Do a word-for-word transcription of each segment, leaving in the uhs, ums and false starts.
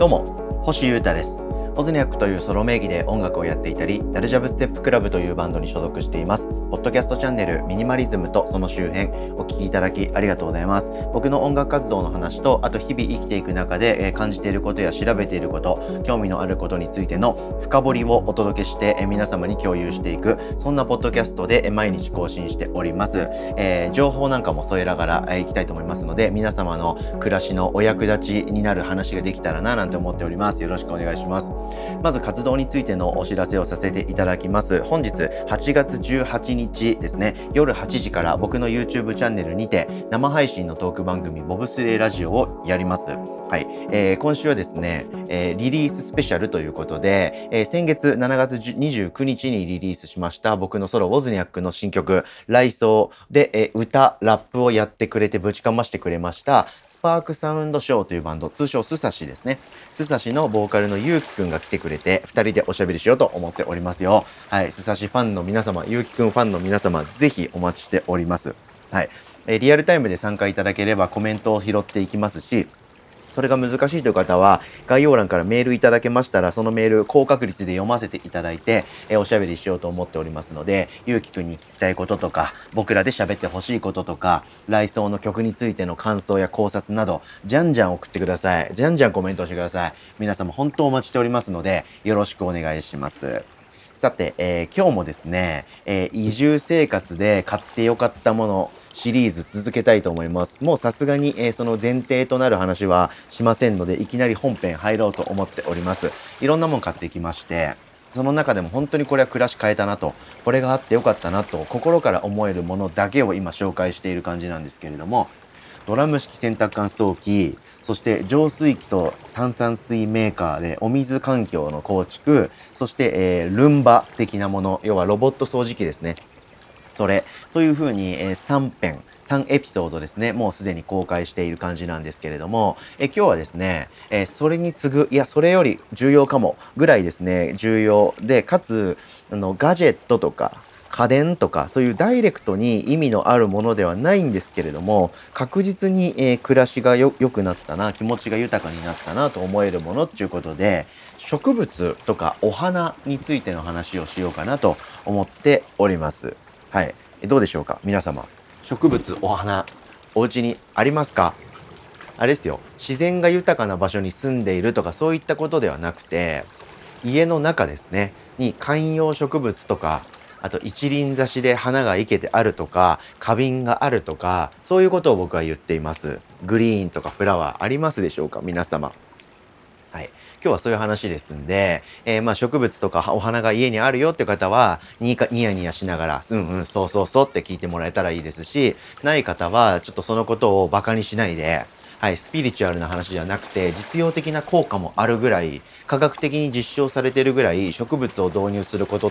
どうも、星優太です。オズニャックというソロ名義で音楽をやっていたり、ダルジャブステップクラブというバンドに所属しています。ポッドキャストチャンネルミニマリズムとその周辺、お聞きいただきありがとうございます。僕の音楽活動の話と、あと日々生きていく中で、えー、感じていることや調べていること、興味のあることについての深掘りをお届けして、えー、皆様に共有していく、そんなポッドキャストで、えー、毎日更新しております。えー、情報なんかも添えながら、えー、いきたいと思いますので、皆様の暮らしのお役立ちになる話ができたらななんて思っております。よろしくお願いします。まず活動についてのお知らせをさせていただきます。本日はちがつじゅうはちにちですね、夜はちじから僕の YouTube チャンネルにて生配信のトーク番組ボブスレーラジオをやります。はい、えー、今週はですね、えー、リリーススペシャルということで、えー、先月しちがつにじゅうくにちにリリースしました僕のソロウォズニャックの新曲雷奏で、えー、歌ラップをやってくれてぶちかましてくれましたスパークサウンドショーというバンド、通称スサシですね。スサシのボーカルのゆうきくんが来てくれてふたりでおしゃべりしようと思っておりますよ。はい、スサシファンの皆様、ゆうきくんファンの皆様、ぜひお待ちしております。はい、えー、リアルタイムで参加いただければコメントを拾っていきますし、それが難しいという方は概要欄からメールいただけましたら、そのメール高確率で読ませていただいて、えー、おしゃべりしようと思っておりますので、ゆうきくんに聞きたいこととか、僕らで喋ってほしいこととか、来奏の曲についての感想や考察など、じゃんじゃん送ってください。じゃんじゃんコメントしてください。皆様本当お待ちしておりますので、よろしくお願いします。さて、えー、今日もですね、えー、移住生活で買ってよかったものシリーズ続けたいと思います。もうさすがに、えー、その前提となる話はしませんので、いきなり本編入ろうと思っております。いろんなもん買ってきまして、その中でも本当にこれは暮らし変えたなと、これがあってよかったなと心から思えるものだけを今紹介している感じなんですけれども、ドラム式洗濯乾燥機、そして浄水器と炭酸水メーカーでお水環境の構築、そして、えー、ルンバ的なもの、要はロボット掃除機ですね。それというふうに、えー、さんぺんさんエピソードですね、もうすでに公開している感じなんですけれども、え今日はですね、えー、それに次ぐ、いやそれより重要かもぐらいですね、重要で、かつあのガジェットとか家電とかそういうダイレクトに意味のあるものではないんですけれども、確実に、えー、暮らしがよ良くなったな、気持ちが豊かになったなと思えるものっていうことで、植物とかお花についての話をしようかなと思っております。はい、どうでしょうか皆様、植物お花お家にありますか？あれですよ、自然が豊かな場所に住んでいるとかそういったことではなくて、家の中ですねに観葉植物とか、あと一輪挿しで花が生けてあるとか、花瓶があるとか、そういうことを僕は言っています。グリーンとかフラワーありますでしょうか皆様。はい、今日はそういう話ですんで、えー、まあ植物とかお花が家にあるよっていう方はニかニヤニヤしながら、うんうんそうそうそうって聞いてもらえたらいいですし、ない方はちょっとそのことをバカにしないで、はい、スピリチュアルな話じゃなくて実用的な効果もあるぐらい、科学的に実証されているぐらい植物を導入することって、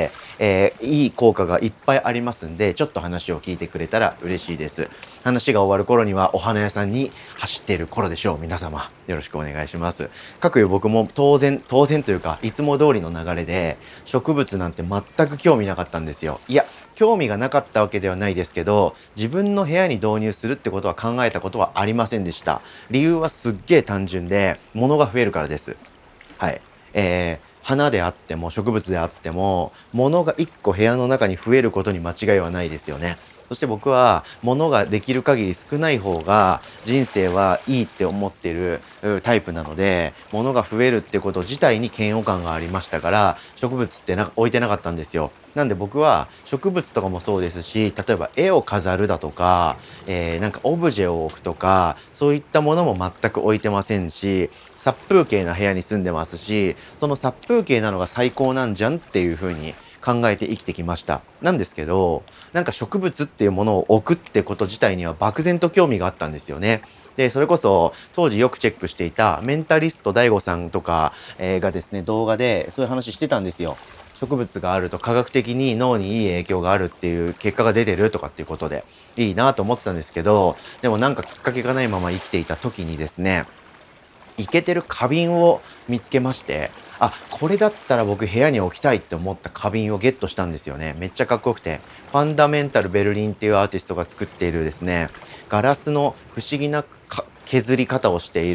えー、いい効果がいっぱいありますんで、ちょっと話を聞いてくれたら嬉しいです。話が終わる頃にはお花屋さんに走っている頃でしょう。皆様よろしくお願いします。かくいう僕も当然当然というかいつも通りの流れで植物なんて全く興味なかったんですよ。いや興味がなかったわけではないですけど、自分の部屋に導入するってことは考えたことはありませんでした。理由はすっげー単純で、物が増えるからです。はい、えー花であっても植物であっても、物がいっこ部屋の中に増えることに間違いはないですよね。そして僕は物ができる限り少ない方が人生はいいって思っているタイプなので、物が増えるってこと自体に嫌悪感がありましたから、植物ってな置いてなかったんですよ。なんで僕は植物とかもそうですし、例えば絵を飾るだとか、えー、なんかオブジェを置くとか、そういったものも全く置いてませんし、殺風景な部屋に住んでますし、その殺風景なのが最高なんじゃんっていう風に考えて生きてきました。なんですけど、なんか植物っていうものを置くってこと自体には漠然と興味があったんですよね。で、それこそ当時よくチェックしていたメンタリスト ダイゴ さんとか、えー、がですね、動画でそういう話してたんですよ。植物があると科学的に脳にいい影響があるっていう結果が出てるとかっていうことでいいなと思ってたんですけど、でもなんかきっかけがないまま生きていた時にですね、イケてる花瓶を見つけまして、あ、これだったら僕部屋に置きたいって思った花瓶をゲットしたんですよね。めっちゃかっこよくて、ファンダメンタルベルリンっていうアーティストが作っているですね、ガラスの不思議な削り方をしている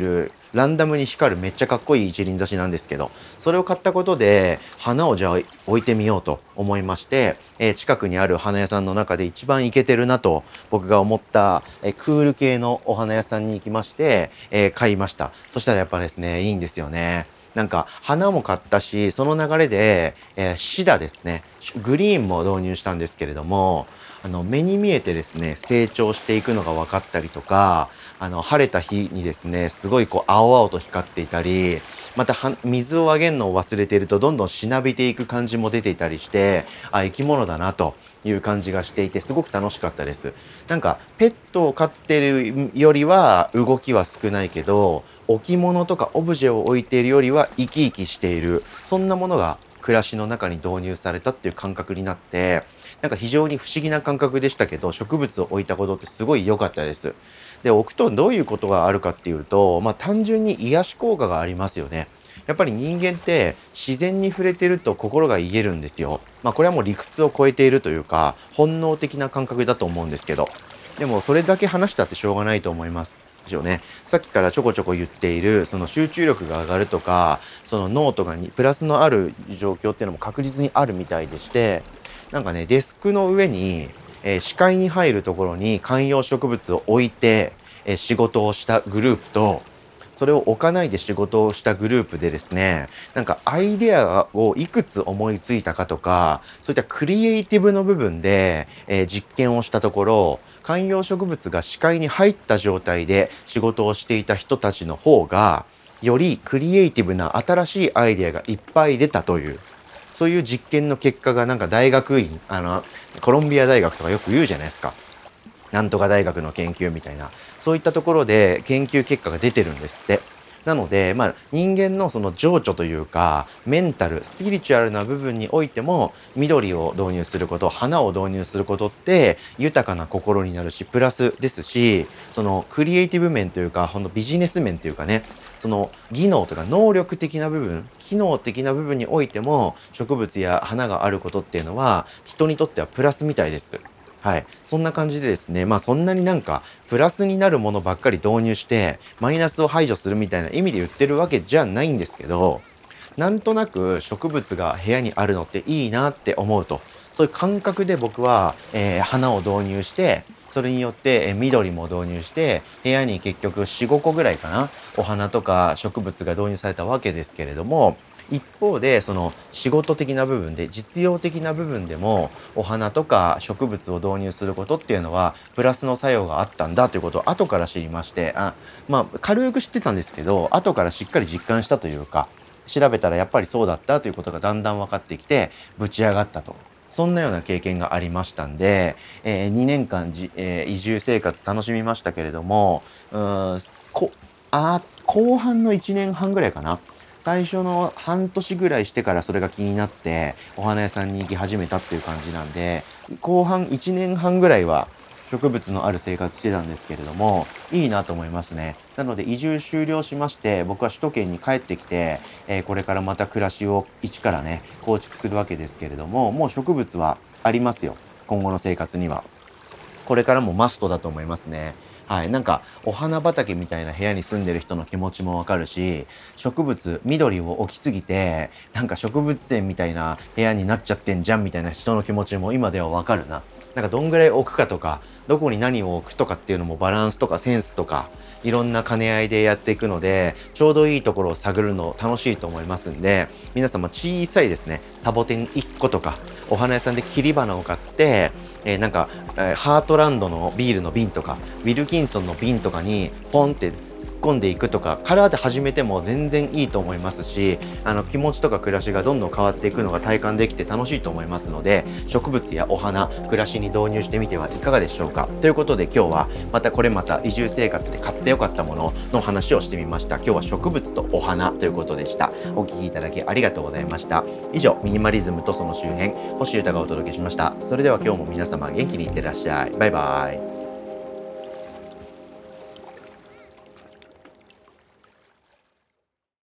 ランダムに光るめっちゃかっこいい一輪挿しなんですけど、それを買ったことで花をじゃあ置いてみようと思いまして、えー近くにある花屋さんの中で一番イケてるなと僕が思った、えークール系のお花屋さんに行きまして、えー買いました。そしたらやっぱですね、いいんですよね。なんか花も買ったし、その流れで、えーシダですね、グリーンも導入したんですけれども、あの目に見えてですね成長していくのが分かったりとか、あの晴れた日にですねすごいこう青々と光っていたり、または水をあげるのを忘れているとどんどんしなびていく感じも出ていたりして、あ、生き物だなという感じがしていて、すごく楽しかったです。なんかペットを飼ってるよりは動きは少ないけど、置物とかオブジェを置いているよりは生き生きしている、そんなものが暮らしの中に導入されたっていう感覚になって、なんか非常に不思議な感覚でしたけど、植物を置いたことってすごい良かったです。で、置くとどういうことがあるかっていうと、まあ単純に癒し効果がありますよね。やっぱり人間って自然に触れてると心が癒えるんですよ。まあこれはもう理屈を超えているというか、本能的な感覚だと思うんですけど。でもそれだけ話したってしょうがないと思います。ですよね。さっきからちょこちょこ言っているその集中力が上がるとか、その脳とかにプラスのある状況っていうのも確実にあるみたいでして、なんかね、デスクの上に、えー視界に入るところに観葉植物を置いて、えー仕事をしたグループと、それを置かないで仕事をしたグループでですね、なんかアイデアをいくつ思いついたかとか、そういったクリエイティブの部分で、えー実験をしたところ、観葉植物が視界に入った状態で仕事をしていた人たちの方が、よりクリエイティブな新しいアイデアがいっぱい出たという、そういう実験の結果がなんか大学院、あの、コロンビア大学とかよく言うじゃないですか。なんとか大学の研究みたいな、そういったところで研究結果が出てるんですって。なので、まあ、人間のその情緒というか、メンタル、スピリチュアルな部分においても、緑を導入すること、花を導入することって、豊かな心になるし、プラスですし、そのクリエイティブ面というか、ほんとビジネス面というかね、その技能とか能力的な部分、機能的な部分においても、植物や花があることっていうのは、人にとってはプラスみたいです。はい。そんな感じでですね、まあそんなになんかプラスになるものばっかり導入してマイナスを排除するみたいな意味で言ってるわけじゃないんですけど、なんとなく植物が部屋にあるのっていいなって思うと、そういう感覚で僕は、えー花を導入して、それによって、えー緑も導入して、部屋に結局よん、ごこぐらいかな、お花とか植物が導入されたわけですけれども、一方でその仕事的な部分で実用的な部分でもお花とか植物を導入することっていうのはプラスの作用があったんだということを後から知りまして、あ、まあ軽く知ってたんですけど後からしっかり実感したというか、調べたらやっぱりそうだったということがだんだん分かってきてぶち上がったと。そんなような経験がありましたんで、えーにねんかんじ、えー移住生活楽しみましたけれども、うーんこあ後半のいちねんはんぐらいかな、最初の半年ぐらいしてからそれが気になってお花屋さんに行き始めたっていう感じなんで、後半いちねんはんぐらいは植物のある生活してたんですけれども、いいなと思いますね。なので移住終了しまして、僕は首都圏に帰ってきて、えーこれからまた暮らしを一からね構築するわけですけれども、もう植物はありますよ、今後の生活には。これからもマストだと思いますね。はい。なんか、お花畑みたいな部屋に住んでる人の気持ちもわかるし、植物、緑を置きすぎて、なんか植物園みたいな部屋になっちゃってんじゃんみたいな人の気持ちも今ではわかるな。なんかどんぐらい置くかとか、どこに何を置くとかっていうのもバランスとかセンスとか、いろんな兼ね合いでやっていくので、ちょうどいいところを探るの楽しいと思いますんで、皆様小さいですね、サボテンいっことか、お花屋さんで切り花を買って、えーなんか、えーハートランドのビールの瓶とかウィルキンソンの瓶とかにポンって突っ込んでいくとかからで始めても全然いいと思いますし、あの気持ちとか暮らしがどんどん変わっていくのが体感できて楽しいと思いますので、植物やお花暮らしに導入してみてはいかがでしょうか。ということで今日はまたこれまた移住生活で買ってよかったものの話をしてみました。今日は植物とお花ということでした。お聞きいただきありがとうございました。以上、ミニマリズムとその周辺、星歌がお届けしました。それでは今日も皆様元気にいってらっしゃい。バイバイ。